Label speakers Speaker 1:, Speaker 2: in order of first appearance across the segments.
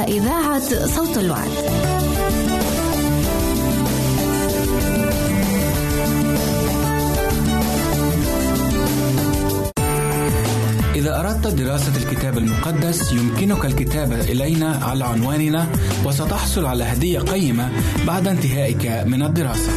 Speaker 1: إذاعة صوت الوعد.
Speaker 2: إذا أردت دراسة الكتاب المقدس يمكنك الكتابة إلينا على عنواننا، وستحصل على هدية قيمة بعد انتهائك من الدراسة.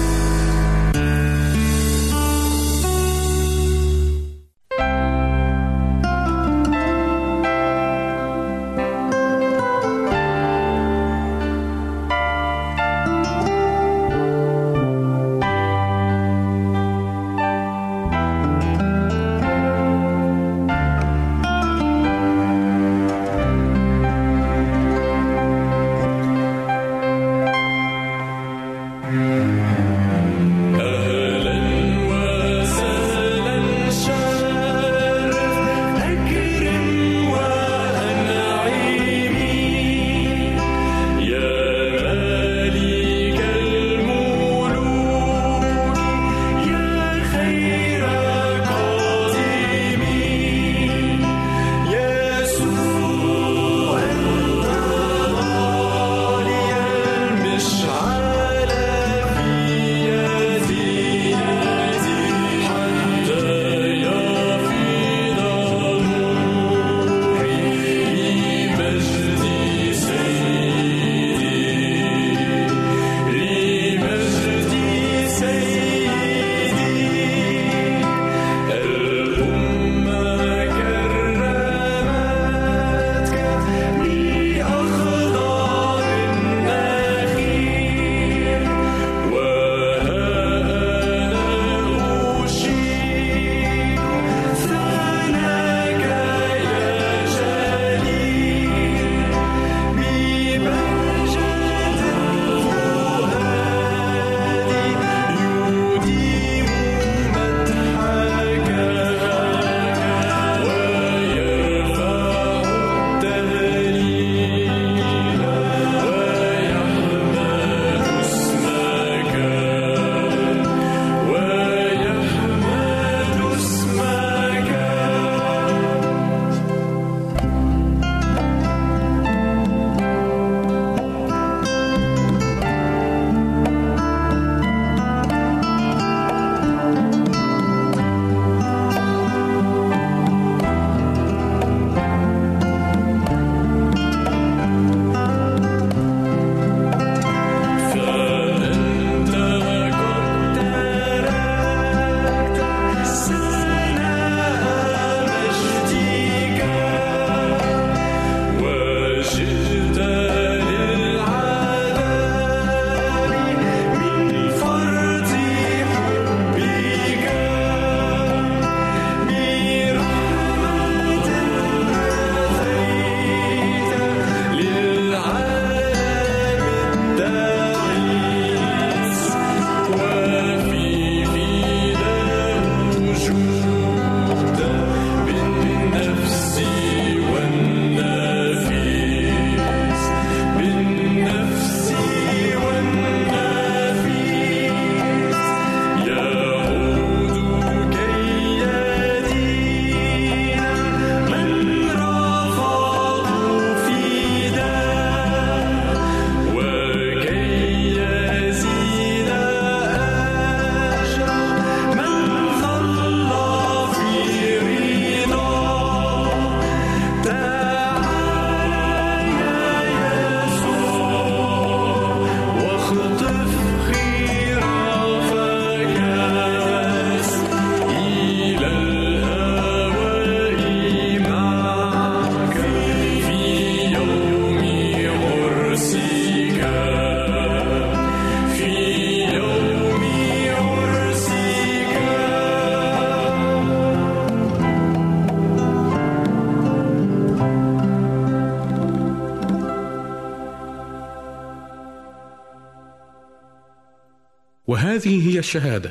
Speaker 3: وهذه هي الشهادة،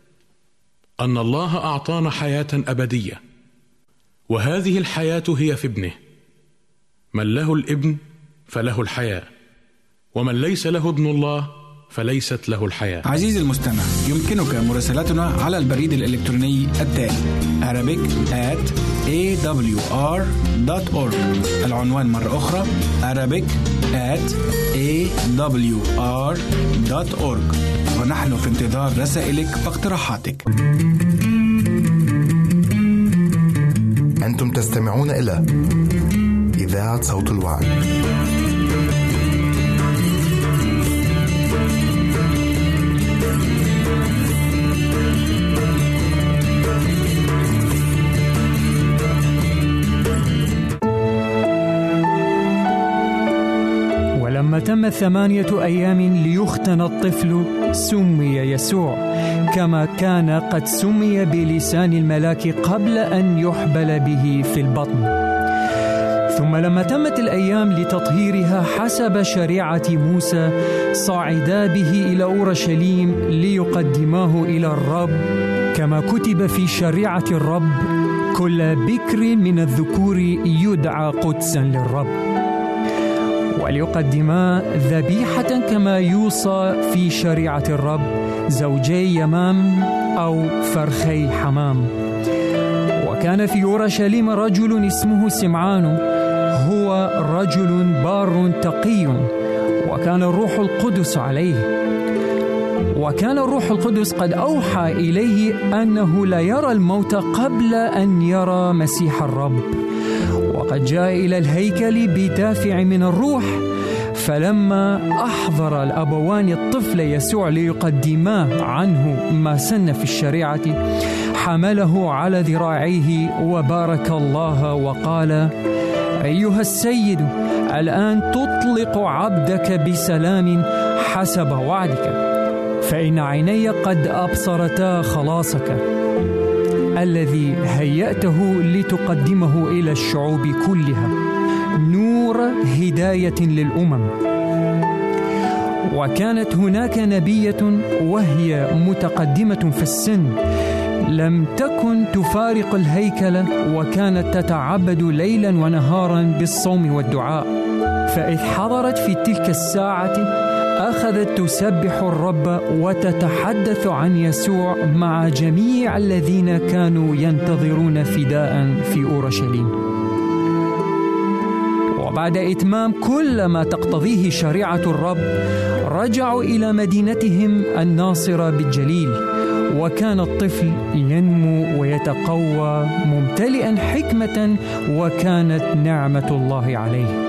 Speaker 3: أن الله أعطانا حياة أبدية، وهذه الحياة هي في ابنه. من له الابن فله الحياة، ومن ليس له ابن الله فليست له الحياة.
Speaker 2: عزيزي المستمع، يمكنك مراسلتنا على البريد الإلكتروني التالي arabic@awr.org. العنوان مرة أخرى arabic@awr.org، ونحن في انتظار رسائلك واقتراحاتك.
Speaker 4: أنتم تستمعون إلى إذاعة صوت الوعد.
Speaker 5: ولما تم 8 أيام ليختن الطفل سمي يسوع، كما كان قد سمي بلسان الملاك قبل أن يحبل به في البطن. ثم لما تمت الأيام لتطهيرها حسب شريعة موسى، صعدا به إلى أورشليم ليقدماه إلى الرب، كما كتب في شريعة الرب: كل بكر من الذكور يدعى قدسا للرب. وليقدما ذبيحة كما يوصى في شريعة الرب، زوجي يمام أو فرخي حمام. وكان في أورشليم رجل اسمه سمعان، هو رجل بار تقي، وكان الروح القدس عليه. وكان الروح القدس قد أوحى إليه أنه لا يرى الموت قبل أن يرى مسيح الرب. وقد جاء إلى الهيكل بدافع من الروح. فلما أحضر الأبوان الطفل يسوع ليقدما عنه ما سن في الشريعة، حمله على ذراعيه وبارك الله وقال: أيها السيد، الآن تطلق عبدك بسلام حسب وعدك، فإن عيني قد أبصرتا خلاصك الذي هيأته لتقدمه إلى الشعوب كلها، نور هداية للأمم. وكانت هناك نبية وهي متقدمة في السن، لم تكن تفارق الهيكل، وكانت تتعبد ليلا ونهارا بالصوم والدعاء. فإذ حضرت في تلك الساعة أخذت تسبح الرب وتتحدث عن يسوع مع جميع الذين كانوا ينتظرون فداء في أورشليم. وبعد إتمام كل ما تقتضيه شريعة الرب، رجعوا إلى مدينتهم الناصرة بالجليل. وكان الطفل ينمو ويتقوى ممتلئا حكمة، وكانت نعمة الله عليه.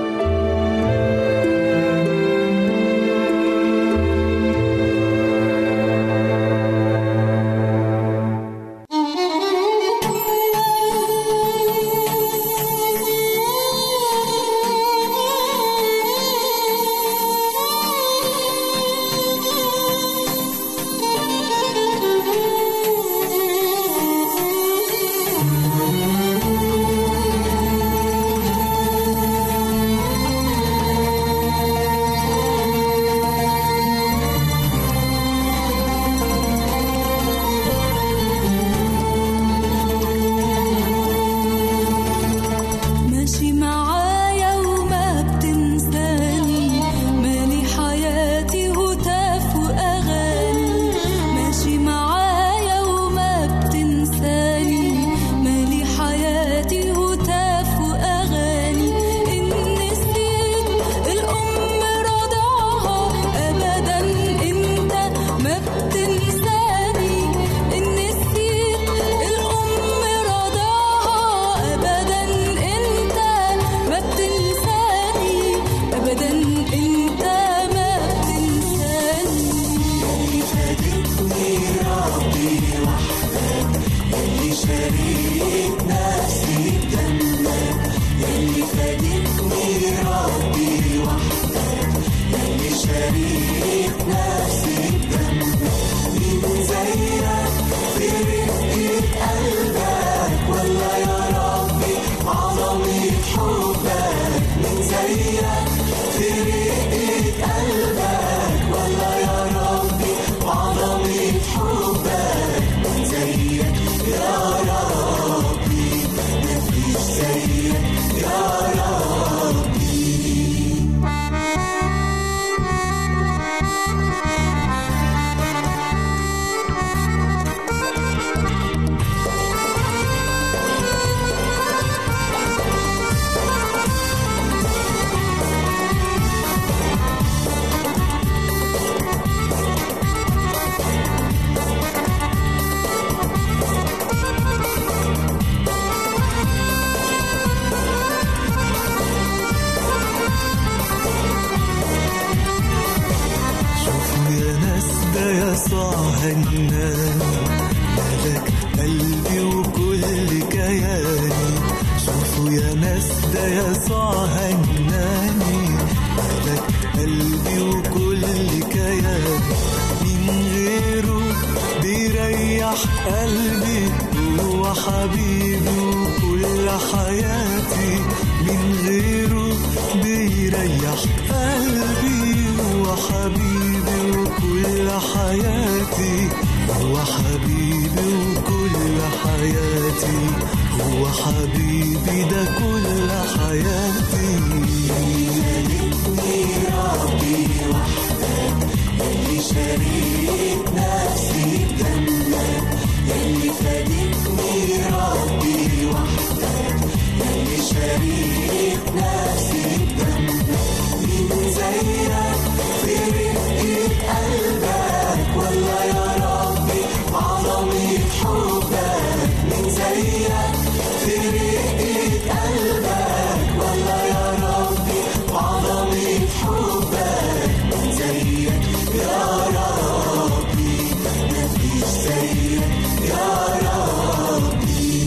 Speaker 6: هناني، ملك قلبي وكل كياني. شوفوا يا ناس ده يسوع هناني، ملك قلبي وكل كياني. من غيره بيريح قلبي، هو حبيبي وكل حياتي. من غيره بيريح قلبي، هو حبيبي وكل حياتي. هو حبيبي وكل حياتي، هو حبيبي ده كل حياتي. ملكني ربي وحدك، اللي شريك نفسي بدمك، اللي فادتني ربي وحدك، اللي شريك نفسي بدمك. مين زيك في رقة قلبك، ولا يا ربي بعظمة حبك. مين زيك في رقة قلبك، ولا يا ربي بعظمة حبك. مين زيك يا ربي، مفيش زيك يا ربي.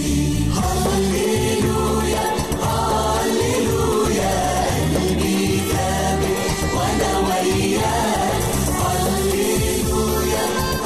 Speaker 6: هللويا هللويا، قلبي ثابت وانا وياك. هللويا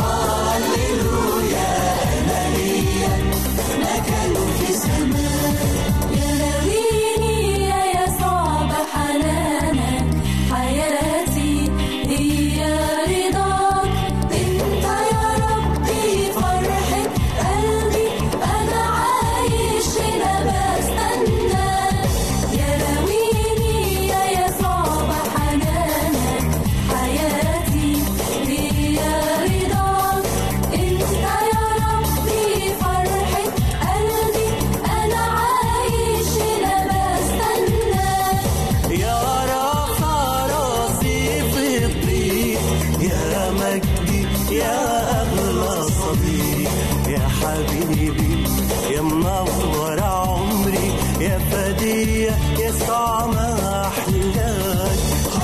Speaker 6: هللويا، انا ليا مكان في سماك.
Speaker 7: يا راويني يا يسوع بحنانك، حياتي هي رضاك. انت يا ربي فرحة قلبي، انا عايش هنا بستناك. يا راويني يا يسوع بحنانك، حياتي هي رضاك. انت يا ربي فرحة قلبي، انا عايش هنا بستناك.
Speaker 6: يا رافع راسي في الضيق، يا مجدي يا أغلى صديق. يا حبيبي يا منور عمري، يا فدية يسوع ما أحلاك.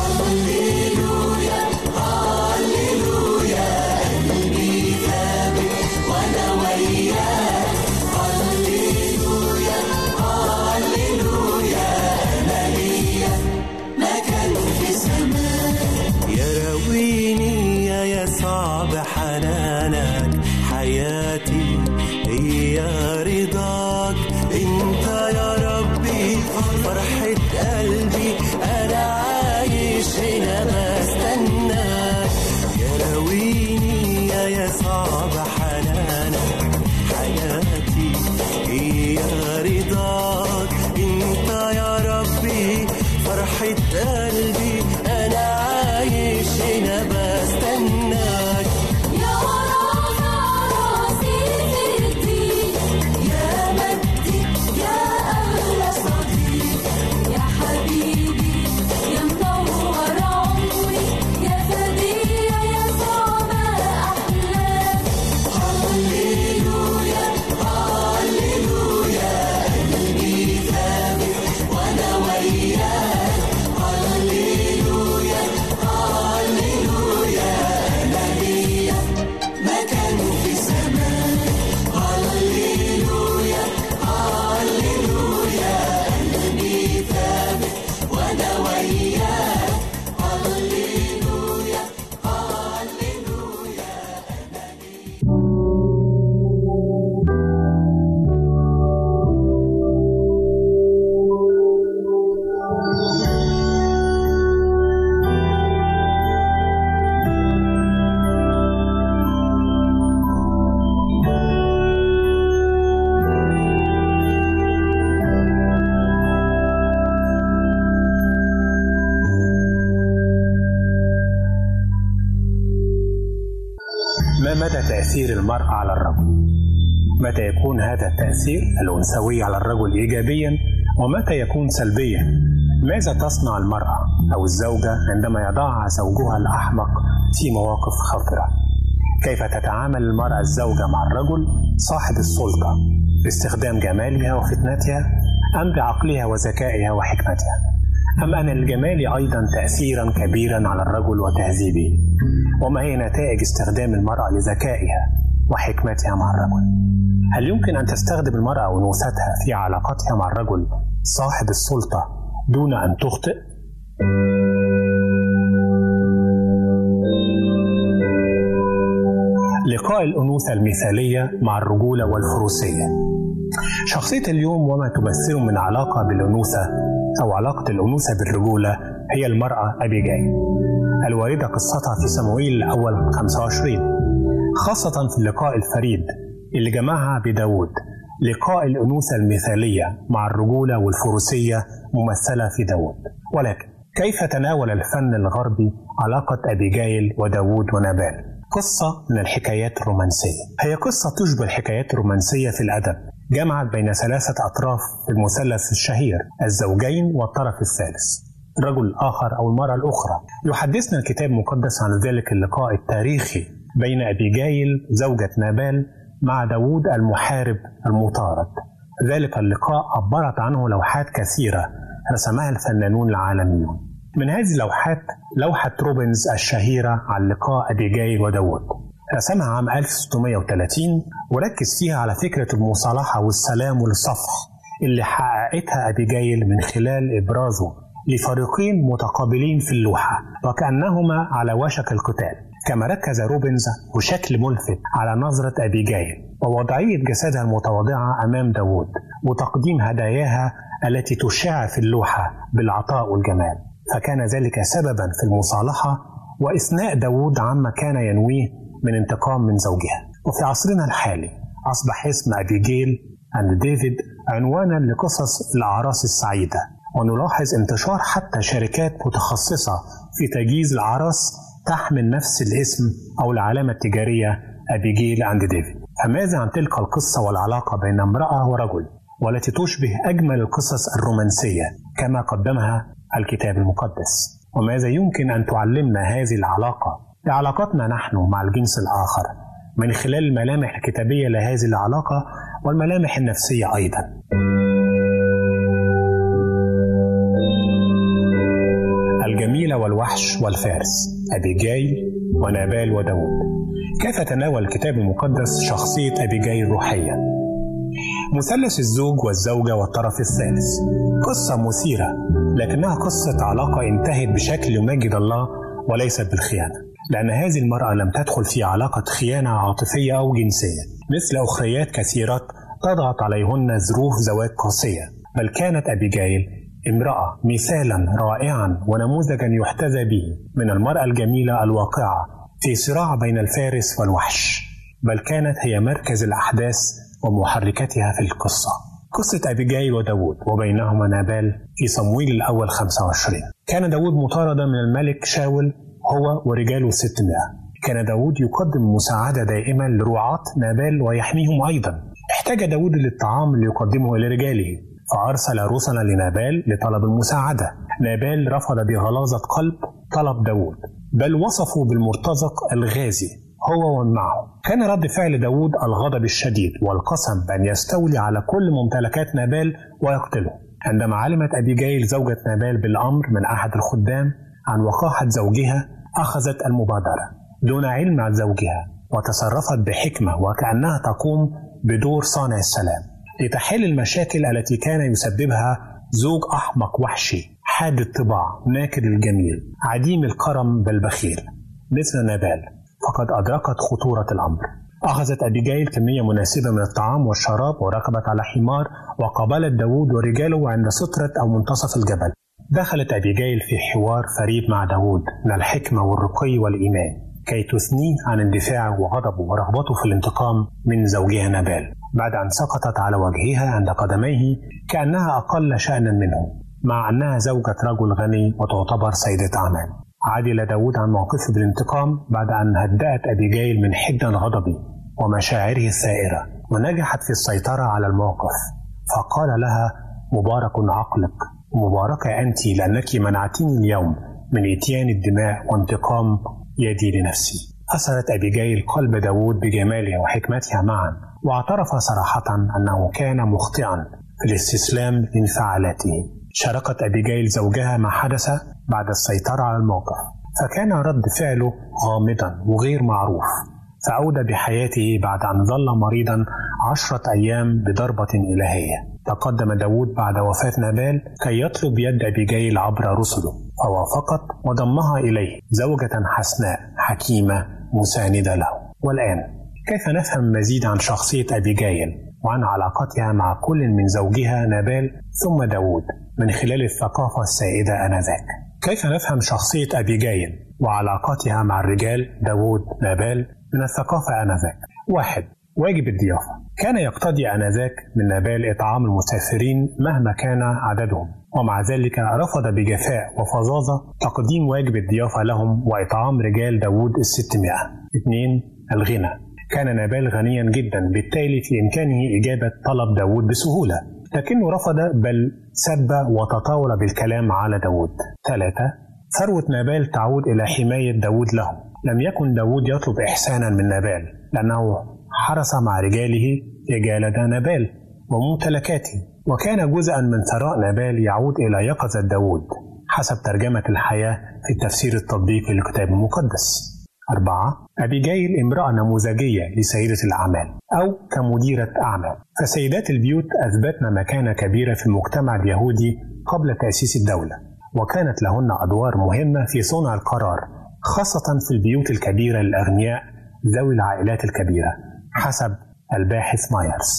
Speaker 6: هللويا هللويا، قلبي ثابت وأنا وياك. هللويا هللويا، أنا ليا مكان في سماك. يا راويني يا يسوع بحنانك، حياتي هي رضاك. انت يا ربي فرحة قلبي، انا عايش هنا بستناك. يا راويني يا يسوع بحنانك، حياتي هي رضاك. انت يا ربي فرحة قلبي، انا عايش هنا بستناك.
Speaker 7: يا رافع راسي في الضيق، يا مجدي يا أغلى صديق. يا حبيبي يا منور عمري، يا فدية يسوع ما أحلاك.
Speaker 6: هللويا هللويا، قلبي ثابت وانا وياك. هللويا هللويا، انا ليا مكان في سماك. هللويا هللويا، قلبي ثابت وانا وياك. هللويا هللويا، انا ليا.
Speaker 8: ما مدى تأثير المرأة على الرجل؟ متى يكون هذا التأثير الأنثوي على الرجل إيجابيا ومتى يكون سلبيا؟ ماذا تصنع المرأة أو الزوجة عندما يضعها زوجها الأحمق في مواقف خطرة؟ كيف تتعامل المرأة الزوجة مع الرجل صاحب السلطة باستخدام جمالها وفتنتها أم بعقلها وذكائها وحكمتها؟ أم أن الجمال أيضا تأثيرا كبيرا على الرجل وتهذيبه؟ وما هي نتائج استخدام المرأة لذكائها وحكمتها مع الرجل؟ هل يمكن أن تستخدم المرأة أنوثتها في علاقتها مع الرجل صاحب السلطة دون أن تخطئ؟ لقاء الأنوثة المثالية مع الرجولة والفروسية. شخصية اليوم وما تمثله من علاقة بالأنوثة أو علاقة الأنوثة بالرجولة هي المرأة أبيجايل الواردة قصتها في صموئيل الأول 25، خاصة في اللقاء الفريد اللي جمعها بداود، لقاء الأنوثة المثالية مع الرجولة والفروسية ممثلة في داود. ولكن كيف تناول الفن الغربي علاقة أبيجايل وداود ونابال؟ قصة من الحكايات الرومانسية. هي قصة تشبه الحكايات الرومانسية في الأدب، جمعت بين ثلاثة أطراف في المثلث الشهير: الزوجين والطرف الثالث، الرجل الآخر أو المرأة الأخرى. يحدثنا الكتاب المقدس عن ذلك اللقاء التاريخي بين أبيجايل زوجة نابال مع داود المحارب المطارد. ذلك اللقاء عبرت عنه لوحات كثيرة رسمها الفنانون العالميون. من هذه اللوحات لوحة روبنز الشهيرة عن لقاء أبيجايل وداود، رسمها عام 1630 وركز فيها على فكرة المصالحة والسلام والصفح اللي حققتها أبيجايل من خلال إبرازه لفريقين متقابلين في اللوحة وكأنهما على وشك القتال. كما ركز روبنز بشكل ملفت على نظرة أبيجايل ووضعية جسدها المتواضعة أمام داود وتقديم هداياها التي تشع في اللوحة بالعطاء والجمال، فكان ذلك سببا في المصالحة وإثناء داود عما كان ينويه من انتقام من زوجها. وفي عصرنا الحالي أصبح اسم أبيجايل أند ديفيد عنوانا لقصص الأعراس السعيدة، ونلاحظ انتشار حتى شركات متخصصة في تجهيز الأعراس تحمل نفس الاسم أو العلامة التجارية أبيجايل أند ديفيد. فماذا عن تلك القصة والعلاقة بين امرأة ورجل والتي تشبه أجمل القصص الرومانسية كما قدمها الكتاب المقدس؟ وماذا يمكن أن تعلمنا هذه العلاقة لعلاقتنا نحن مع الجنس الآخر من خلال الملامح الكتابية لهذه العلاقة والملامح النفسية أيضا؟ الجميلة والوحش والفارس، أبيجايل ونابال وداود. كيف تناول الكتاب المقدس شخصية أبيجايل روحيا؟ مثلث الزوج والزوجة والطرف الثالث قصة مثيرة، لكنها قصة علاقة انتهت بشكل يمجد الله وليست بالخيانة، لأن هذه المرأة لم تدخل في علاقة خيانة عاطفية أو جنسية مثل أخريات كثيرات تضغط عليهن ظروف زواج قاسية، بل كانت أبيجايل امرأة مثالا رائعا ونموذجا يحتذى به من المرأة الجميلة الواقعة في صراع بين الفارس والوحش، بل كانت هي مركز الأحداث ومحركتها في القصة. قصة أبيجايل وداود وبينهما نابال في صموئيل الأول 25. كان داود مطاردا من الملك شاول هو ورجاله 600. كان داود يقدم مساعدة دائمة لرعاة نابال ويحميهم أيضا. احتاج داود للطعام ليقدمه لرجاله، فأرسل رسلا لنابال لطلب المساعدة. نابال رفض بغلاظة قلب طلب داود، بل وصفه بالمرتزق الغازي هو ومن معه. كان رد فعل داود الغضب الشديد والقسم بأن يستولي على كل ممتلكات نابال ويقتله. عندما علمت أبيجايل زوجة نابال بالأمر من أحد الخدام عن وقاحة زوجها، أخذت المبادرة دون علم عن زوجها وتصرفت بحكمة وكأنها تقوم بدور صانع السلام لتحل المشاكل التي كان يسببها زوج أحمق وحشي حاد الطباع ناكر الجميل عديم الكرم بل بخيل مثل نابال. فقد أدركت خطورة الأمر. أخذت أبيجايل كمية مناسبة من الطعام والشراب وركبت على حمار وقابلت داود ورجاله عند سترة أو منتصف الجبل. دخلت أبيجايل في حوار فريد مع داود من الحكمة والرقي والإيمان كي تثنيه عن اندفاعه وغضبه ورغبته في الانتقام من زوجها نابال، بعد أن سقطت على وجهها عند قدميه كأنها أقل شأنا منه، مع أنها زوجة رجل غني وتعتبر سيدة أعمال. عدل داود عن موقفه بالانتقام بعد أن هدأت أبيجايل من حدة غضبه ومشاعره الثائرة، ونجحت في السيطرة على الموقف. فقال لها: مبارك عقلك ومباركة أنت لأنك منعتني اليوم من إتيان الدماء وانتقام يدي لنفسي. أثرت أبيجايل قلب داود بجمالها وحكمتها معا، واعترف صراحة أنه كان مخطئا في الاستسلام لانفعالاته. شاركت أبيجايل زوجها ما حدث بعد السيطرة على الموقف، فكان رد فعله غامضا وغير معروف، فأودى بحياته بعد أن ظل مريضا 10 أيام بضربة إلهية. تقدم داود بعد وفاة نابال كي يطلب يد أبيجايل عبر رسله، فوافقت وضمها إليه زوجة حسناء حكيمة مساندة له. والآن كيف نفهم مزيد عن شخصية أبيجايل وعن علاقتها مع كل من زوجها نابال ثم داود من خلال الثقافة السائدة آنذاك؟ كيف نفهم شخصية أبيجايل وعلاقتها مع الرجال داود نابال من الثقافة آنذاك؟ 1. واجب الضيافة. كان يقتضي آنذاك من نابال إطعام المسافرين مهما كان عددهم، ومع ذلك رفض بجفاء وفظاظة تقديم واجب الضيافة لهم وإطعام رجال داود 600. 2. الغنى. كان نابال غنيا جدا، بالتالي في إمكانه إجابة طلب داود بسهولة، لكنه رفض بل سب وتطاول بالكلام على داود. 3. ثروة نابال تعود إلى حماية داود له. لم يكن داود يطلب إحسانا من نابال، لأنه حرص مع رجاله رجال نابال وممتلكاته، وكان جزءا من ثراء نابال يعود إلى يقظة داود حسب ترجمة الحياة في التفسير التطبيقي للكتاب المقدس. 4. أبيجايل امرأة نموذجية لسيدة الأعمال أو كمديرة أعمال، فسيدات البيوت أثبتن مكانة كبيرة في المجتمع اليهودي قبل تأسيس الدولة، وكانت لهن أدوار مهمة في صنع القرار، خاصة في البيوت الكبيرة للأغنياء ذوي العائلات الكبيرة حسب الباحث مايرز.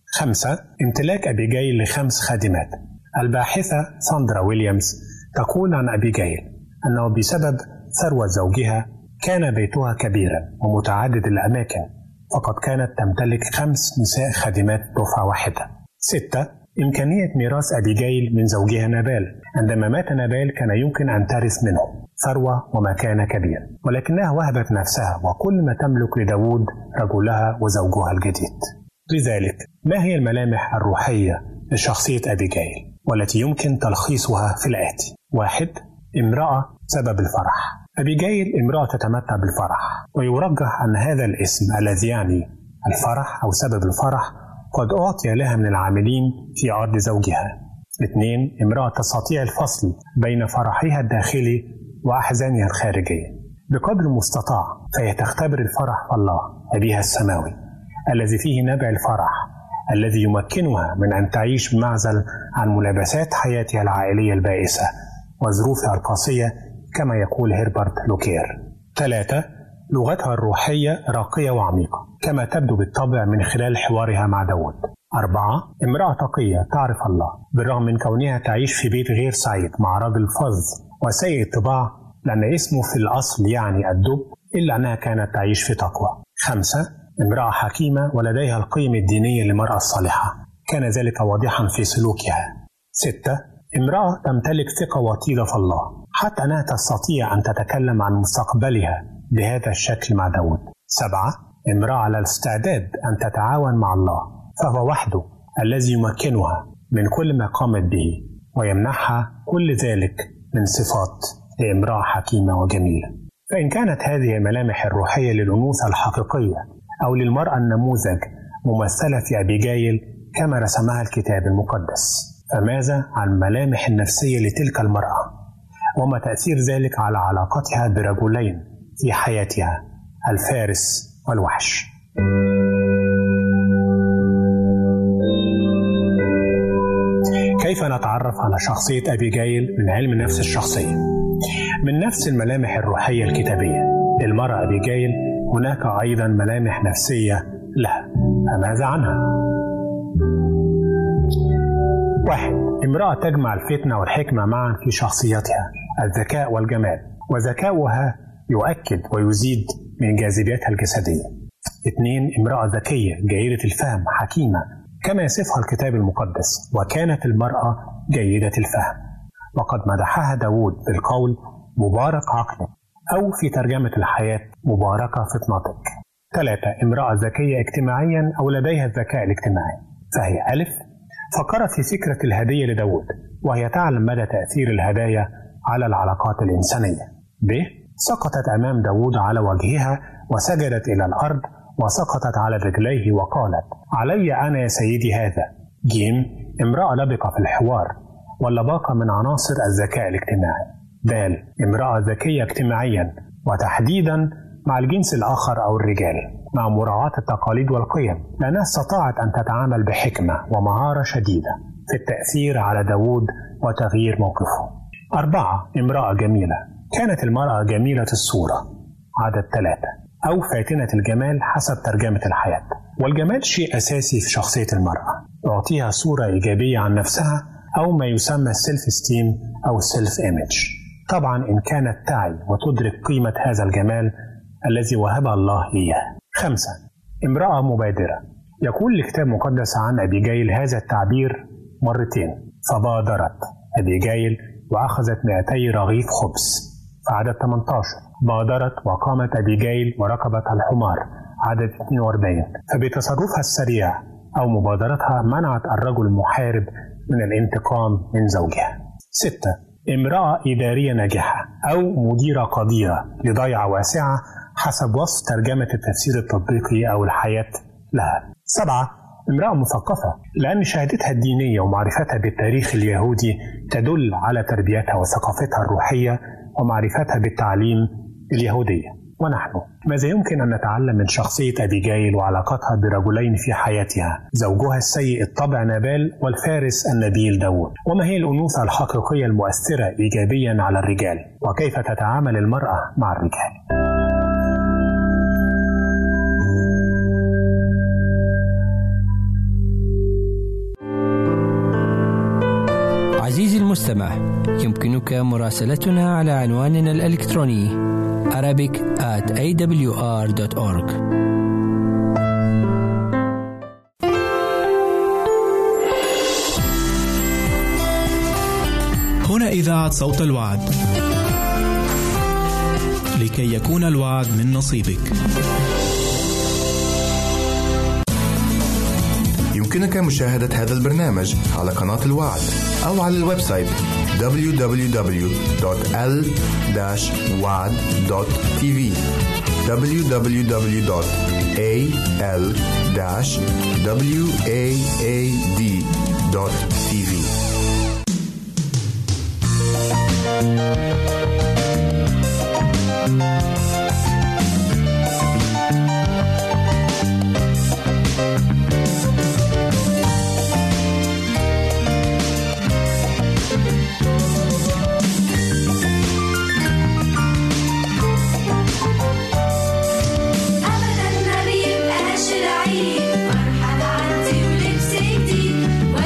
Speaker 8: 5. امتلاك أبيجايل ل5 خادمات. الباحثة ساندرا ويليامز تقول عن أبيجايل أنه بسبب ثروة زوجها كان بيتها كبيرا ومتعدد الأماكن، فقد كانت تمتلك 5 نساء خادمات دفعة واحدة. 6. إمكانية ميراث أبيجايل من زوجها نابال. عندما مات نابال كان يمكن أن ترث منه ثروة ومكانة كبيرة، ولكنها وهبت نفسها وكل ما تملك لداود رجلها وزوجها الجديد. لذلك ما هي الملامح الروحية لشخصية أبيجايل والتي يمكن تلخيصها في الآتي؟ 1. امرأة سبب الفرح. أبيجايل امرأة تتمتع بالفرح، ويرجح أن هذا الاسم الذي يعني الفرح أو سبب الفرح قد أعطي لها من العاملين في عرض زوجها. 2. امرأة تستطيع الفصل بين فرحها الداخلي وأحزانها الخارجية بقدر المستطاع، فهي تختبر الفرح في الله أبيها السماوي الذي فيه نبع الفرح الذي يمكنها من أن تعيش بمعزل عن ملابسات حياتها العائلية البائسة وظروفها القاسية كما يقول هربرت لوكير. 3. لغتها الروحية راقية وعميقة كما تبدو بالطبع من خلال حوارها مع داود. 4. امرأة تقية تعرف الله بالرغم من كونها تعيش في بيت غير سعيد مع رجل فظ وسيء الطباع، لأن اسمه في الأصل يعني الدب، إلا أنها كانت تعيش في تقوى. 5. امرأة حكيمة ولديها القيم الدينية للمرأة الصالحة، كان ذلك واضحا في سلوكها. 6. امرأة تمتلك ثقة وطيدة في الله حتى أنها تستطيع أن تتكلم عن مستقبلها بهذا الشكل مع داود. 7. امرأة على الاستعداد أن تتعاون مع الله، فهو وحده الذي يمكنها من كل ما قامت به ويمنحها كل ذلك من صفات لامرأة حكيمة وجميلة. فإن كانت هذه الملامح الروحية للأنوثة الحقيقية أو للمرأة النموذج ممثلة في أبيجايل كما رسمها الكتاب المقدس، فماذا عن الملامح النفسية لتلك المرأة؟ وما تأثير ذلك على علاقتها برجلين في حياتها، الفارس والوحش؟ كيف نتعرف على شخصية أبيجايل من علم نفس الشخصية؟ من نفس الملامح الروحية الكتابية للمرأة أبيجايل هناك أيضا ملامح نفسية لها، فماذا عنها؟ 1. امرأة تجمع الفتنة والحكمة معا في شخصيتها، الذكاء والجمال، وذكاؤها يؤكد ويزيد من جاذبيتها الجسدية. 2. امرأة ذكية جيدة الفهم حكيمة كما يصفها الكتاب المقدس، وكانت المرأة جيدة الفهم، وقد مدحها داود بالقول مبارك عقلك، أو في ترجمة الحياة مباركة فطنتك. 3. امرأة ذكية اجتماعيا أو لديها الذكاء الاجتماعي، فهي ألف فكرت في فكرة الهدية لداود وهي تعلم مدى تأثير الهدايا على العلاقات الإنسانية. ب. سقطت أمام داود على وجهها وسجدت إلى الأرض وسقطت على رجليه وقالت علي أنا يا سيدي هذا. ج. امرأة لبقة في الحوار واللباقة من عناصر الذكاء الاجتماعي، د. امرأة ذكية اجتماعيا وتحديدا مع الجنس الآخر أو الرجال، مع مراعاة التقاليد والقيم، لأنها استطاعت أن تتعامل بحكمة ومهارة شديدة في التأثير على داود وتغيير موقفه. 4. امرأة جميلة. كانت المرأة جميلة الصورة، عدد 3، أو فاتنة الجمال حسب ترجمة الحياة. والجمال شيء أساسي في شخصية المرأة، يعطيها صورة إيجابية عن نفسها أو ما يسمى السيلف استيم أو السيلف ايميج، طبعا إن كانت تعي وتدرك قيمة هذا الجمال الذي وهبها الله إياه. 5. امرأة مبادرة. يقول الكتاب المقدس عن أبيجايل هذا التعبير مرتين، فبادرت أبيجايل وأخذت 200 رغيف خبز، في عدد 18. بادرت وقامت أبيجايل وركبت الحمار، عدد 42. فبتصرفها السريع أو مبادرتها منعت الرجل المحارب من الانتقام من زوجها. 6. امرأة إدارية ناجحة أو مديرة قديرة لضيعة واسعة حسب وصف ترجمة التفسير التطبيقي أو الحياة لها. 7. امرأة مثقفة، لأن شهادتها الدينية ومعرفتها بالتاريخ اليهودي تدل على تربيتها وثقافتها الروحية ومعرفتها بالتعليم اليهودية. ونحن ماذا يمكن أن نتعلم من شخصية أبيجايل وعلاقتها برجلين في حياتها، زوجها السيء الطبع نابال والفارس النبيل داود؟ وما هي الأنوثة الحقيقية المؤثرة إيجابيا على الرجال؟ وكيف تتعامل المرأة مع الرجال؟
Speaker 9: عزيزي المستمع، يمكنك مراسلتنا على عنواننا الإلكتروني arabic@awr.org.
Speaker 10: هنا إذاعة صوت الوعد، لكي يكون الوعد من نصيبك.
Speaker 4: يمكنك مشاهدة هذا البرنامج على قناة الوعد أو على الويب سايت www.al-wad.tv www.al-waad.tv.
Speaker 7: أبدا ما بيبقاش العيد فرحة بعدي ولبس جديد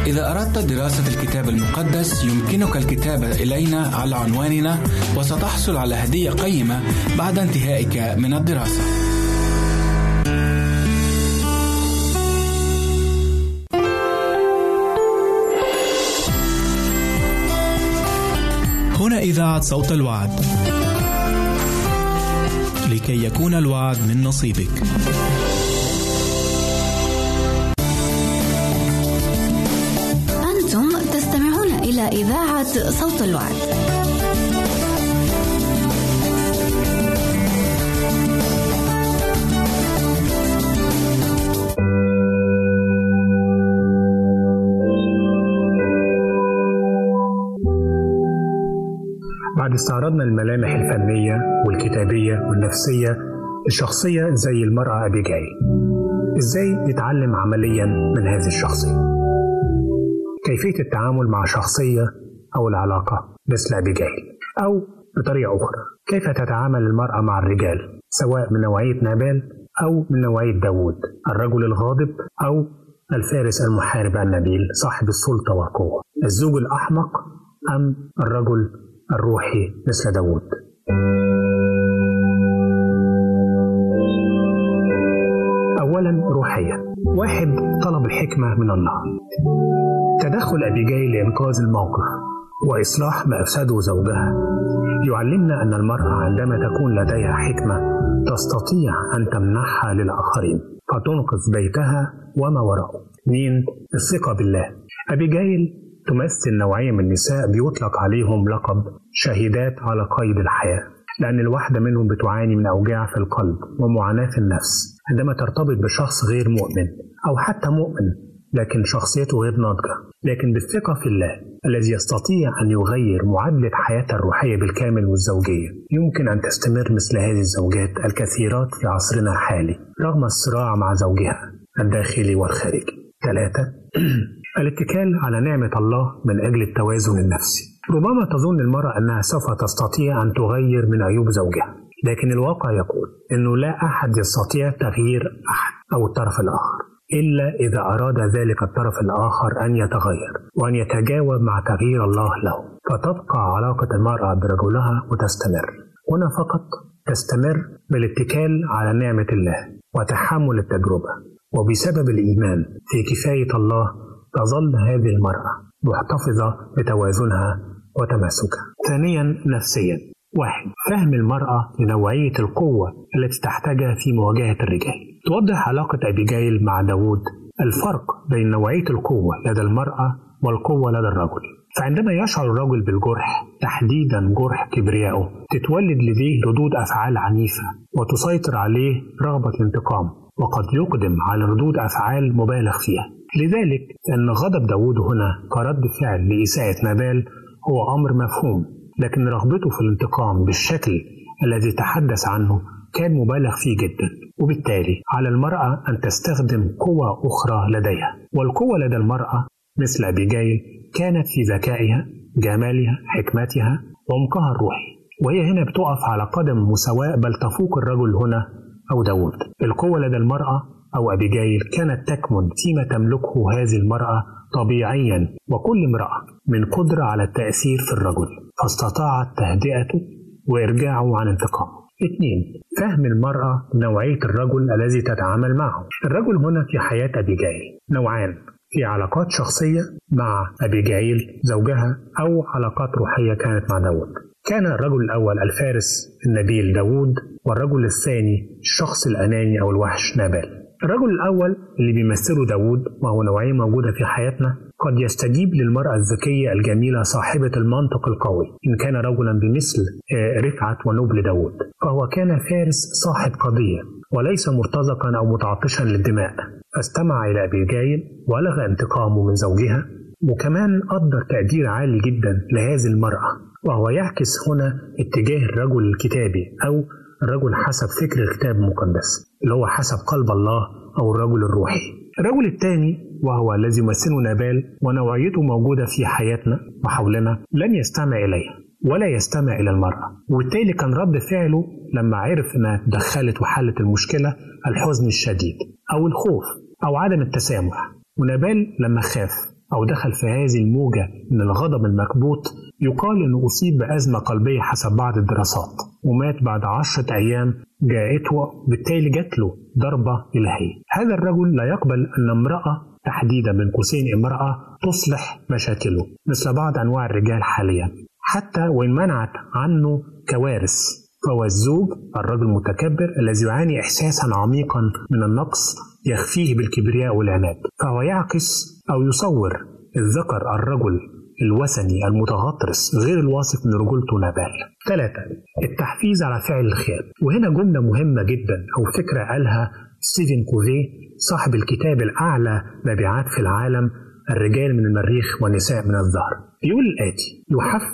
Speaker 2: إذا أردت دراسة الكتاب المقدس يمكنك الكتابة إلينا على عنواننا، وستحصل على هدية قيمة بعد انتهائك من الدراسة.
Speaker 10: هنا إذاعة صوت الوعد، لكي يكون الوعد من نصيبك.
Speaker 1: أنتم تستمعون إلى إذاعة صوت الوعد.
Speaker 8: بعد استعرضنا الملامح الفنية والكتابية والنفسية الشخصية زي المرأة أبيجايل، إزاي نتعلم عمليا من هذه الشخصية؟ كيفية التعامل مع شخصية أو العلاقة مثل أبيجايل، أو بطريقة أخرى كيف تتعامل المرأة مع الرجال سواء من نوعية نابال أو من نوعية داود، الرجل الغاضب أو الفارس المحارب النبيل صاحب السلطة والقوة، الزوج الأحمق أم الرجل الروحي مثل داود. أولا روحيا، واحد طلب الحكمة من الله، تدخل أبيجايل لإنقاذ الموقف وإصلاح ما أفسده زوجها يعلمنا أن المرأة عندما تكون لديها حكمة تستطيع أن تمنحها للآخرين فتنقذ بيتها وما وراءه. 2. الثقة بالله. أبيجايل تمثل نوعية من النساء بيطلق عليهم لقب شهيدات على قيد الحياة، لأن الواحدة منهم بتعاني من أوجاع في القلب ومعاناة في النفس عندما ترتبط بشخص غير مؤمن أو حتى مؤمن لكن شخصيته غير ناضجة. لكن بالثقة في الله الذي يستطيع أن يغير معادلة حياتها الروحية بالكامل والزوجية، يمكن أن تستمر مثل هذه الزوجات الكثيرات في عصرنا الحالي رغم الصراع مع زوجها الداخلي والخارجي. 3. الاتكال على نعمة الله من أجل التوازن النفسي. ربما تظن المرأة أنها سوف تستطيع أن تغير من عيوب زوجها، لكن الواقع يقول أنه لا أحد يستطيع تغيير أحد أو الطرف الآخر إلا إذا أراد ذلك الطرف الآخر أن يتغير وأن يتجاوب مع تغيير الله له، فتبقى علاقة المرأة برجلها وتستمر. هنا فقط تستمر بالاتكال على نعمة الله وتحمل التجربة، وبسبب الإيمان في كفاية الله تظل هذه المرأة محتفظة بتوازنها وتماسكها. ثانيا نفسيا. 1. فهم المرأة لنوعية القوة التي تحتاجها في مواجهة الرجال. توضح علاقة أبيجايل مع داود الفرق بين نوعية القوة لدى المرأة والقوة لدى الرجل. فعندما يشعر الرجل بالجرح، تحديدا جرح كبريائه، تتولد لديه ردود أفعال عنيفة وتسيطر عليه رغبة الانتقام، وقد يقدم على ردود أفعال مبالغ فيها. لذلك فإن غضب داود هنا كرد فعل لإساءة نابال هو أمر مفهوم، لكن رغبته في الانتقام بالشكل الذي تحدث عنه كان مبالغ فيه جدا، وبالتالي على المرأة أن تستخدم قوة أخرى لديها. والقوة لدى المرأة مثل أبيجايل كانت في ذكائها، جمالها، حكمتها، وعمقها الروحي، وهي هنا بتقف على قدم مساواة بل تفوق الرجل هنا أو داود. القوة لدى المرأة أو أبيجايل كانت تكمن فيما تملكه هذه المرأة طبيعيا، وكل امرأة من قدرة على التأثير في الرجل، فاستطاعت تهدئته وإرجاعه عن انتقامه. 2. فهم المرأة نوعية الرجل الذي تتعامل معه. الرجل هنا في حياة أبيجايل نوعان، في علاقات شخصية مع أبيجايل زوجها أو علاقات روحية كانت مع داود. كان الرجل الأول الفارس النبيل داود، والرجل الثاني الشخص الأناني أو الوحش نابال. الرجل الأول اللي بيمثله داود وهو نوعية موجودة في حياتنا قد يستجيب للمرأة الذكية الجميلة صاحبة المنطق القوي إن كان رجلا بمثل رفعة ونبل داود، فهو كان فارس صاحب قضية وليس مرتزقا أو متعطشا للدماء، فاستمع إلى أبيجايل ولغى انتقامه من زوجها، وكمان قدر تقدير عالي جدا لهذه المرأة، وهو يعكس هنا اتجاه الرجل الكتابي أو الرجل حسب فكر الكتاب المقدس اللي هو حسب قلب الله أو الرجل الروحي. الرجل الثاني وهو الذي يمثله نابال ونوعيته موجودة في حياتنا وحولنا لم يستمع إليها ولا يستمع إلى المرأة، وبالتالي كان رد فعله لما عرف أنها دخلت وحلت المشكلة الحزن الشديد أو الخوف أو عدم التسامح. ونابال لما خاف أو دخل في هذه الموجة من الغضب المكبوت، يقال أنه أصيب بأزمة قلبية حسب بعض الدراسات، ومات بعد 10 أيام جاءته، بالتالي جات له ضربة إلهية. هذا الرجل لا يقبل أن امرأة، تحديدا بين قوسين امرأة، تصلح مشاكله مثل بعض أنواع الرجال حاليا، حتى وإن منعت عنه كوارث. فهو الزوج الرجل المتكبر الذي يعاني إحساسا عميقا من النقص يخفيه بالكبرياء والعناد، فهو يعكس أو يصور الذكر الرجل الوثني المتغطرس غير الواثق من رجولته نبال. 3. التحفيز على فعل الخير. وهنا جملة مهمة جدا أو فكرة قالها ستيفن كوفي صاحب الكتاب الأعلى مبيعات في العالم، الرجال من المريخ والنساء من الزهر. يقول الآتي: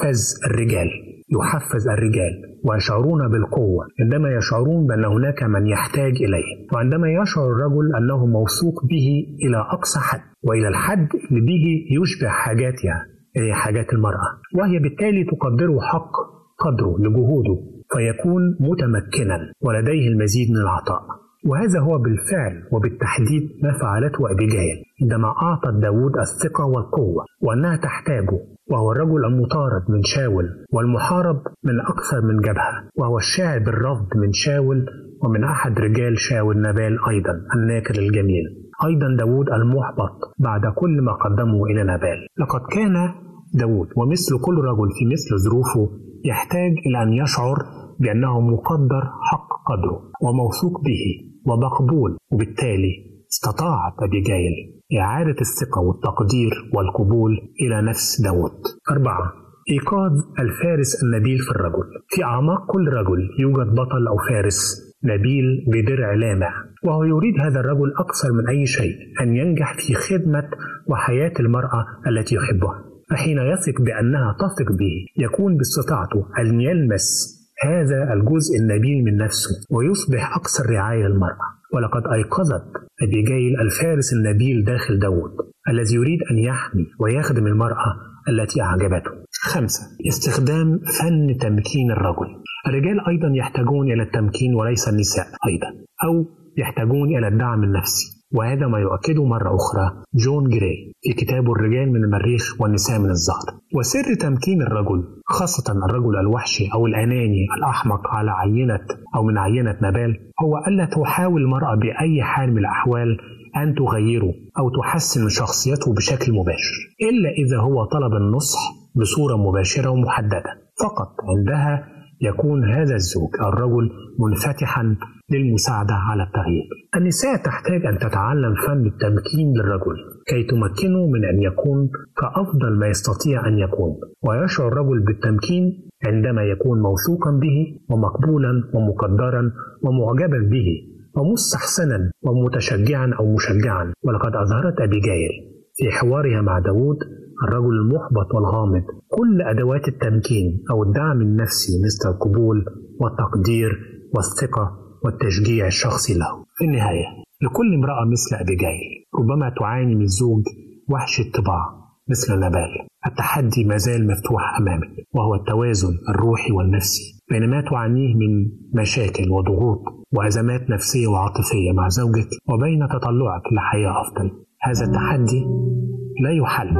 Speaker 8: يحفز الرجال ويشعرون بالقوة عندما يشعرون بأن هناك من يحتاج إليه، وعندما يشعر الرجل أنه موثوق به إلى أقصى حد، وإلى الحد اللي به يشبه حاجاتها هي حاجات المرأة، وهي بالتالي تقدره حق قدره لجهوده، فيكون متمكنا ولديه المزيد من العطاء. وهذا هو بالفعل وبالتحديد ما فعلته أبيجايل عندما أعطت داود الثقة والقوة وأنها تحتاجه، وهو الرجل المطارد من شاول والمحارب من أكثر من جبهة، وهو الشاعر بالرفض من شاول ومن أحد رجال شاول نبال أيضا الناكر الجميل، أيضا داود المحبط بعد كل ما قدمه إلى نبال. لقد كان داود ومثل كل رجل في مثل ظروفه يحتاج إلى أن يشعر بأنه مقدر حق قدره وموثوق به ومقبول، وبالتالي استطاعت أبيجايل إعادة الثقة والتقدير والقبول إلى نفس داود. 4. إيقاظ الفارس النبيل في الرجل. في أعماق كل رجل يوجد بطل أو فارس نبيل بدرع لامع، وهو يريد هذا الرجل أكثر من أي شيء أن ينجح في خدمة وحياة المرأة التي يحبها، فحين يثق بأنها تثق به يكون باستطاعته أن يلمس هذا الجزء النبيل من نفسه ويصبح أكثر رعاية للمرأة. ولقد أيقظت أبيجايل الفارس النبيل داخل داود الذي يريد أن يحمي ويخدم المرأة التي أعجبته. 5. استخدام فن تمكين الرجل. الرجال أيضا يحتاجون إلى التمكين وليس النساء أيضا، أو يحتاجون إلى الدعم النفسي، وهذا ما يؤكده مرة أخرى جون جراي في كتابه الرجال من المريخ والنساء من الزهر. وسر تمكين الرجل، خاصة الرجل الوحشي أو الأناني الأحمق على عينة أو من عينة نبال، هو ألا تحاول المرأة بأي حال من الأحوال أن تغيره أو تحسن من شخصيته بشكل مباشر، إلا إذا هو طلب النصح بصورة مباشرة ومحددة فقط. عندها يكون هذا الزوج الرجل منفتحا للمساعدة على التغيير. النساء تحتاج أن تتعلم فن التمكين للرجل كي تمكنه من أن يكون كأفضل ما يستطيع أن يكون، ويشعر الرجل بالتمكين عندما يكون موثوقا به ومقبولا ومقدرا ومعجبا به ومستحسنا ومتشجعا أو مشجعا. ولقد أظهرت أبيجايل في حوارها مع داود الرجل المحبط والغامض كل أدوات التمكين أو الدعم النفسي مثل القبول والتقدير والثقة والتشجيع الشخصي له. في النهاية، لكل امرأة مثل أبيجايل ربما تعاني من زوج وحش الطباع مثل نبال، التحدي ما زال مفتوح أمامك، وهو التوازن الروحي والنفسي بين ما تعانيه من مشاكل وضغوط وأزمات نفسية وعاطفية مع زوجك وبين تطلعك لحياة أفضل. هذا التحدي لا يحل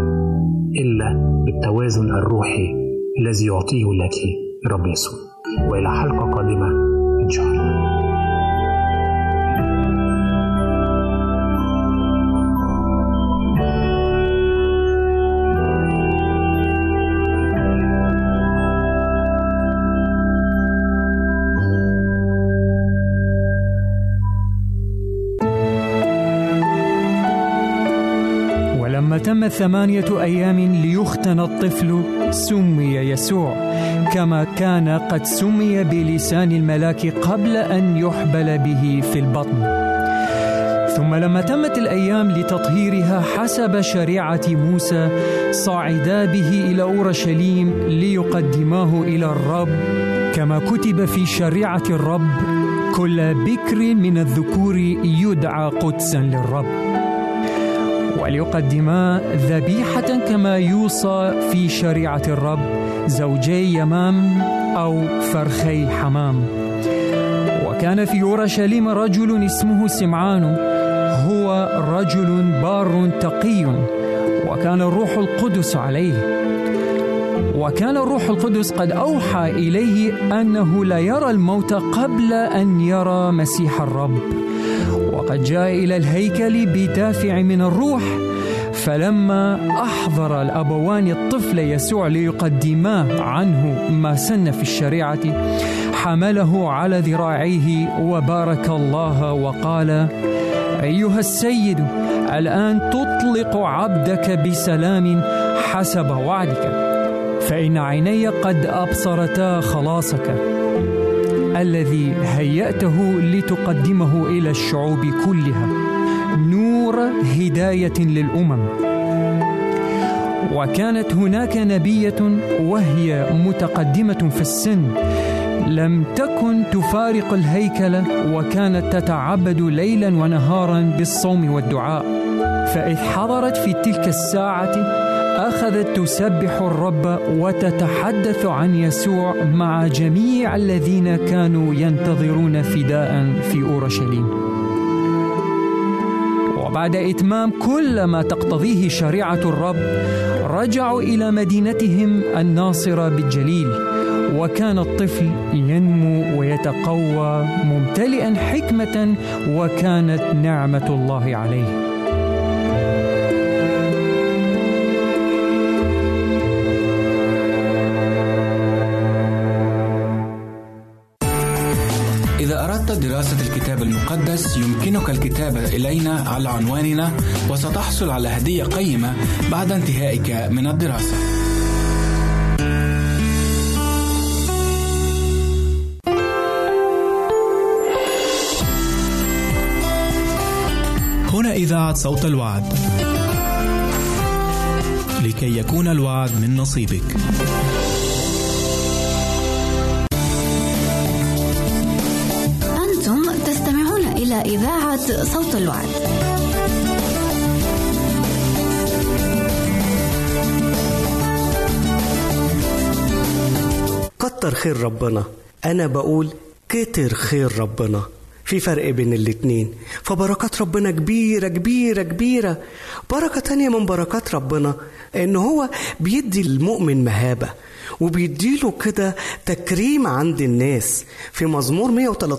Speaker 8: إلا بالتوازن الروحي الذي يعطيه لك رب يسوع. وإلى حلقة قادمة إن شاء الله.
Speaker 5: ولما تم 8 أيام ليختن الطفل سمي يسوع، كما كان قد سمي بلسان الملاك قبل أن يحبل به في البطن. ثم لما تمت الأيام لتطهيرها حسب شريعة موسى صعدا به إلى أورشليم ليقدماه إلى الرب، كما كتب في شريعة الرب: كل بكر من الذكور يدعى قدسا للرب. وليقدما ذبيحة كما يوصى في شريعة الرب، زوجي يمام أو فرخي حمام. وكان في أورشليم رجل اسمه سمعان، هو رجل بار تقي، وكان الروح القدس عليه. وكان الروح القدس قد أوحى إليه أنه لا يرى الموت قبل أن يرى مسيح الرب، وقد جاء إلى الهيكل بدافع من الروح. فلما أحضر الأبوان الطفل يسوع ليقدما عنه ما سن في الشريعة، حمله على ذراعيه وبارك الله وقال: أيها السيد، الآن تطلق عبدك بسلام حسب وعدك، فإن عيني قد أبصرتا خلاصك الذي هيأته لتقدمه إلى الشعوب كلها، نور هداية للأمم. وكانت هناك نبية وهي متقدمة في السن، لم تكن تفارق الهيكل، وكانت تتعبد ليلا ونهارا بالصوم والدعاء. فإذ حضرت في تلك الساعة أخذت تسبح الرب وتتحدث عن يسوع مع جميع الذين كانوا ينتظرون فداء في أورشليم. وبعد إتمام كل ما تقتضيه شريعة الرب، رجعوا إلى مدينتهم الناصرة بالجليل، وكان الطفل ينمو ويتقوى ممتلئا حكمة، وكانت نعمة الله عليه.
Speaker 2: إذا أردت دراسة الكتاب المقدس يمكنك الكتابة إلينا على عنواننا، وستحصل على هدية قيمة بعد انتهائك من الدراسة.
Speaker 10: هنا إذاعة صوت الوعد، لكي يكون الوعد من نصيبك.
Speaker 1: أنتم تستمعون إلى إذاعة صوت الوعد.
Speaker 11: كتر خير ربنا، أنا بقول كتر خير ربنا، في فرق بين الاتنين. فبركات ربنا كبيرة كبيرة كبيرة. بركة تانية من بركات ربنا إن هو بيدي المؤمن مهابة، وبيديله كده تكريم عند الناس. في مزمور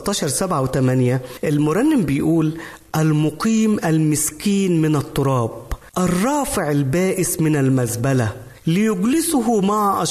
Speaker 11: 113:7-8 المرنم بيقول: المقيم المسكين من التراب، الرافع البائس من المزبلة، ليجلسه مع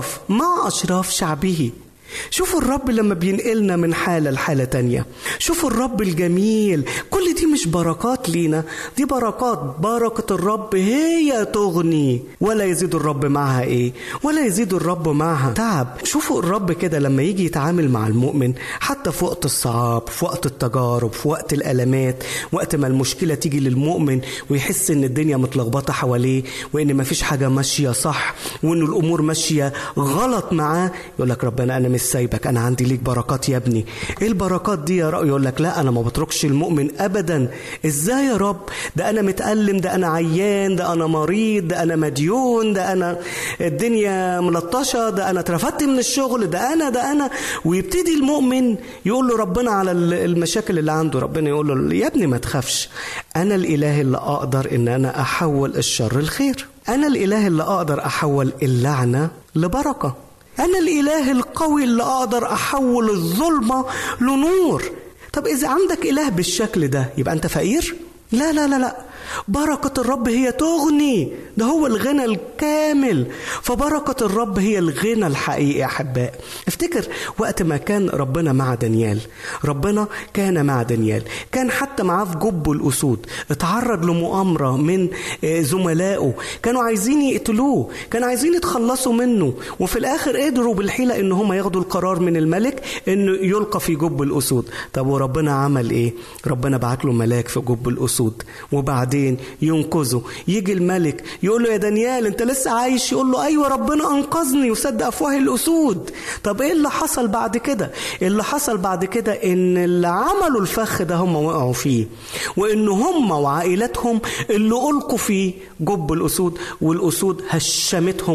Speaker 11: أشراف شعبه. شوفوا الرب لما بينقلنا من حالة لحالة تانية. شوفوا الرب الجميل. كل دي مش بركات لينا، دي بركات. بركة الرب هي تغني، ولا يزيد الرب معها ايه؟ ولا يزيد الرب معها تعب. شوفوا الرب كده لما يجي يتعامل مع المؤمن، حتى في وقت الصعاب، في وقت التجارب، في وقت الألمات، وقت ما المشكلة تيجي للمؤمن ويحس ان الدنيا متلخبطة حواليه، وان مفيش حاجة ماشية صح، وان الأمور ماشية غلط معاه، يقول لك: ربنا أنا مش سايبك، أنا عندي ليك بركات يا ابني. إيه البركات دي يا رب؟ يقول لك: لا، أنا ما بتركش المؤمن أبدا. إزاي يا رب؟ ده أنا متألم، ده أنا عيان، ده أنا مريض، ده أنا مديون، ده أنا الدنيا ملطشة، ده أنا اترفدت من الشغل، ده أنا. ويبتدي المؤمن يقول له ربنا على المشاكل اللي عنده. ربنا يقول له: يا ابني ما تخافش، أنا الإله اللي أقدر إن أنا أحول الشر الخير، أنا الإله اللي أقدر أحول اللعنة لبركة، أنا الإله القوي اللي أقدر أحول الظلمة لنور. طب إذا عندك إله بالشكل ده يبقى أنت فقير؟ لا لا لا لا، بركة الرب هي تغني، ده هو الغنى الكامل. فبركة الرب هي الغنى الحقيقي يا أحباء. افتكر وقت ما كان ربنا مع دانيال، ربنا كان مع دانيال، كان حتى معاه في جب الأسود، اتعرض لمؤامرة من زملائه، كانوا عايزين يقتلوه، كانوا عايزين يتخلصوا منه، وفي الآخر قدروا بالحيلة إن هم ياخدوا القرار من الملك إنه يلقى في جب الأسود. طب وربنا عمل إيه؟ ربنا بعت له ملاك في جب الأسود، وبعدين ينقذه. يجي الملك يقول له: يا دانيال انت لسه عايش؟ يقول له: ايوه ربنا انقذني وسد افواه الاسود. طب ايه اللي حصل بعد كده؟ اللي حصل بعد كده ان اللي عملوا الفخ ده هم وقعوا فيه، وان هم وعائلتهم اللي ألقوا في جب الاسود، والاسود هشمتهم حتى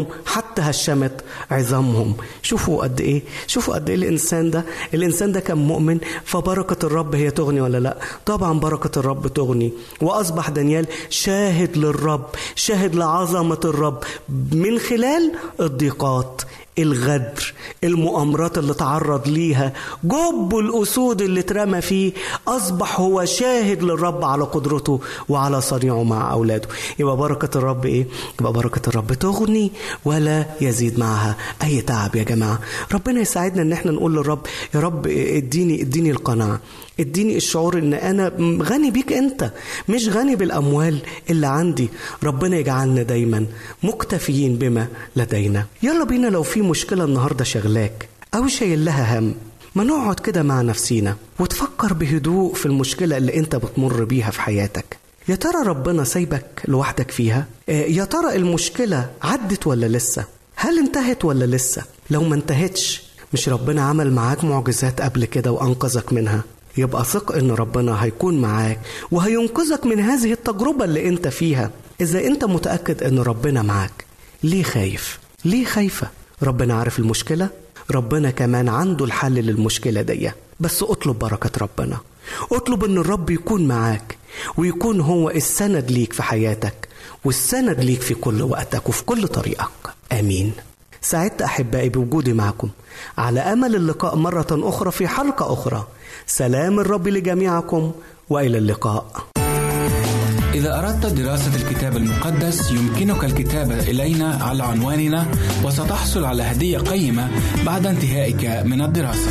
Speaker 11: حتى هشمت عظامهم. شوفوا قد ايه الانسان ده كان مؤمن، فبركة الرب هي تغني ولا لا؟ طبعا بركة الرب تغني. واصبح دانيال شاهد للرب، شاهد لعظمة الرب من خلال الضيقات، الغدر، المؤامرات اللي تعرض ليها، جب الأسود اللي اترمى فيه. أصبح هو شاهد للرب على قدرته وعلى صنيعه مع أولاده. يبقى بركة الرب إيه؟ يبقى بركة الرب تغني ولا يزيد معها أي تعب. يا جماعة ربنا يساعدنا إن احنا نقول للرب يا رب اديني القناعة، اديني الشعور ان انا غني بيك انت، مش غني بالاموال اللي عندي. ربنا يجعلنا دايما مكتفيين بما لدينا. يلا بينا لو في مشكلة النهاردة شغلاك او شايل لها هم، ما نقعد كده مع نفسينا وتفكر بهدوء في المشكلة اللي انت بتمر بيها في حياتك. يا ترى ربنا سايبك لوحدك فيها؟ يا ترى المشكلة عدت ولا لسه؟ هل انتهت ولا لسه؟ لو ما انتهتش، مش ربنا عمل معاك معجزات قبل كده وانقذك منها؟ يبقى ثق ان ربنا هيكون معاك وهينقذك من هذه التجربة اللي انت فيها. اذا انت متأكد ان ربنا معاك، ليه خايف؟ ليه خايفة؟ ربنا عارف المشكلة، ربنا كمان عنده الحل للمشكلة دي. بس اطلب بركة ربنا، اطلب ان الرب يكون معاك ويكون هو السند ليك في حياتك والسند ليك في كل وقتك وفي كل طريقك. امين. سعدت أحبائي بوجودي معكم، على أمل اللقاء مرة أخرى في حلقة أخرى. سلام الرب لجميعكم وإلى اللقاء.
Speaker 2: إذا أردت دراسة الكتاب المقدس يمكنك الكتابة إلينا على عنواننا، وستحصل على هدية قيمة بعد انتهائك من الدراسة.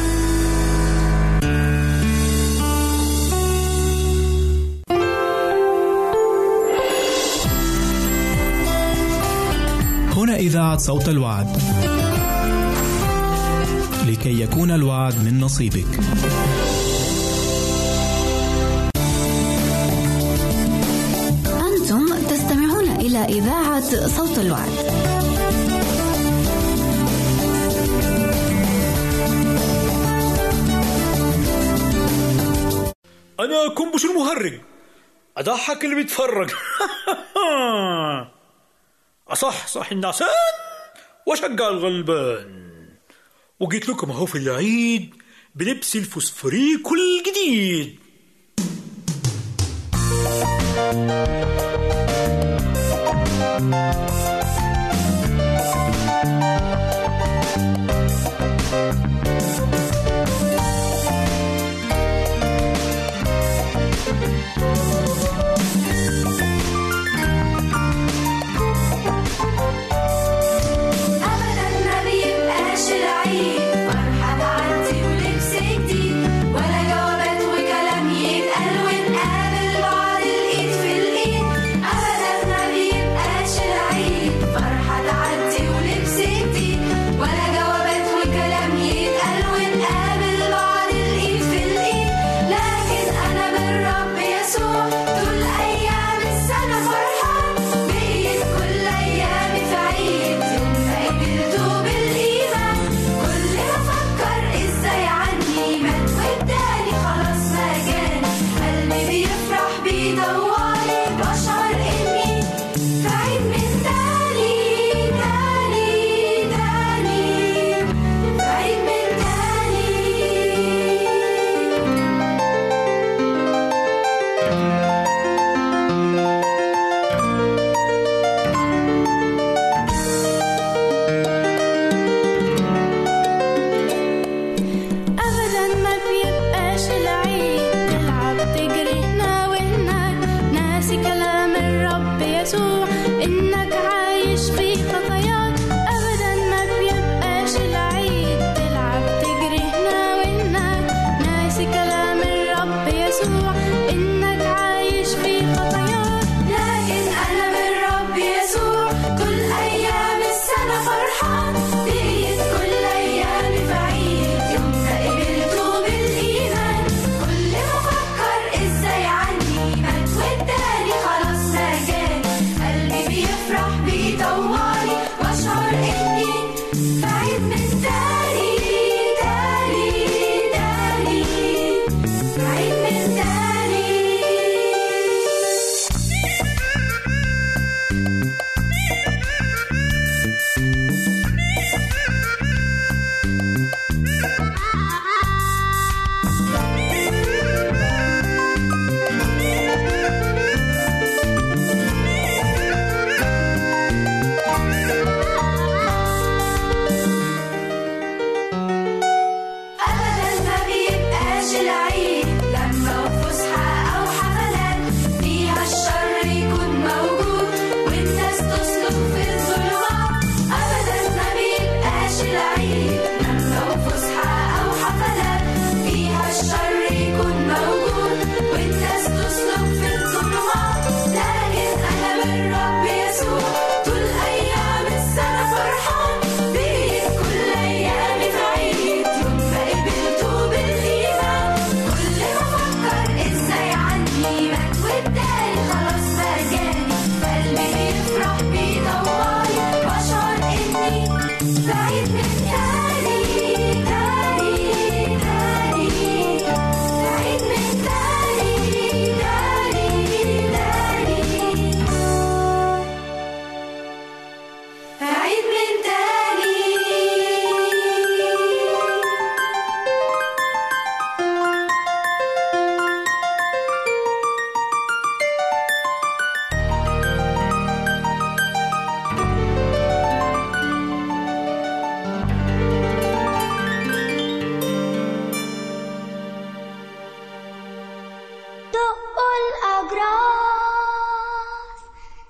Speaker 10: هنا إذاعة صوت الوعد، لكي يكون الوعد من نصيبك.
Speaker 1: أنتم تستمعون إلى إذاعة صوت الوعد.
Speaker 12: أنا كنبش المهرج، أضحك اللي بيتفرج. أصح النعسان وشجع الغلبان. وجيت لكم أهو في العيد بلبس الفوسفوريكو الجديد.
Speaker 7: افرح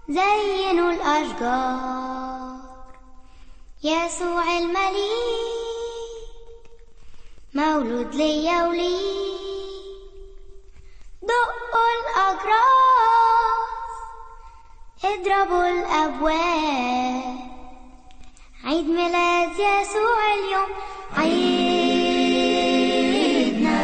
Speaker 13: زينوا الأشجار، يسوع المليك مولود ليا وليك. دقوا الأجراس، اضربوا الأبواب، عيد ميلاد يسوع اليوم عيدنا.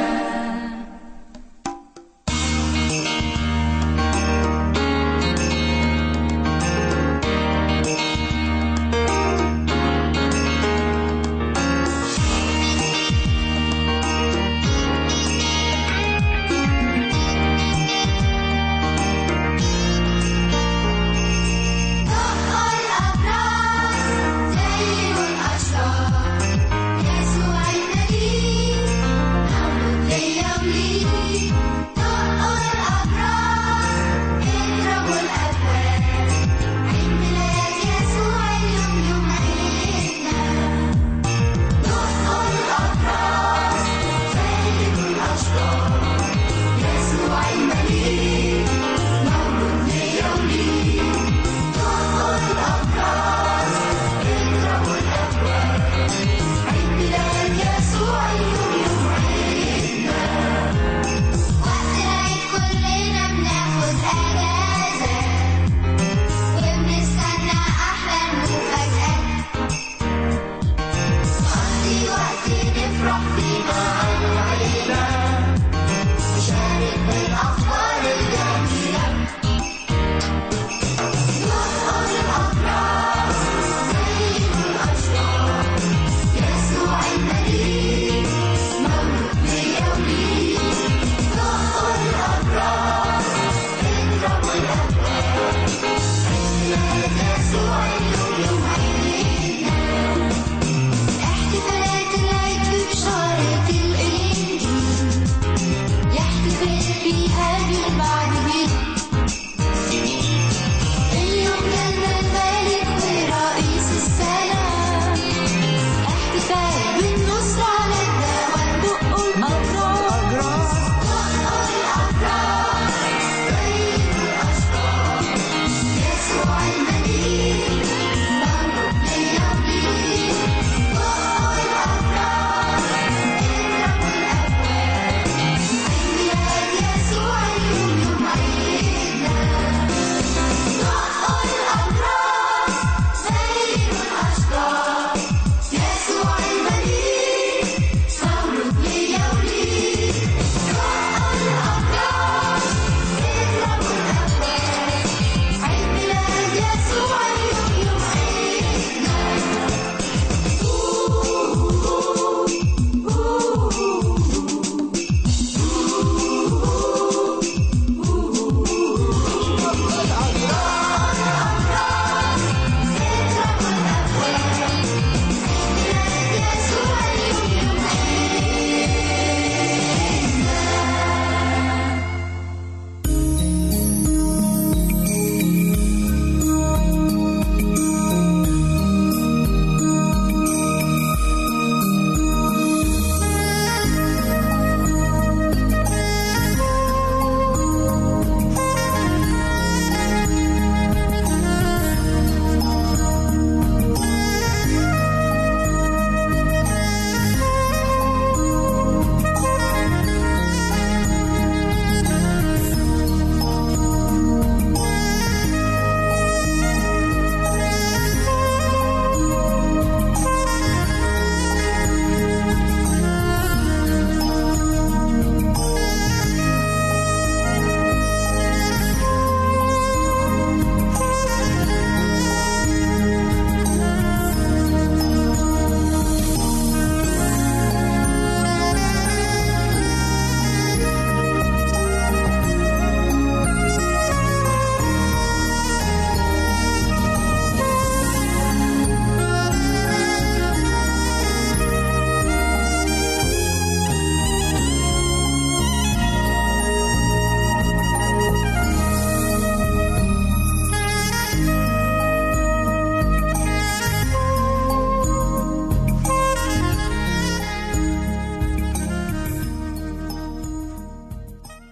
Speaker 7: يسوع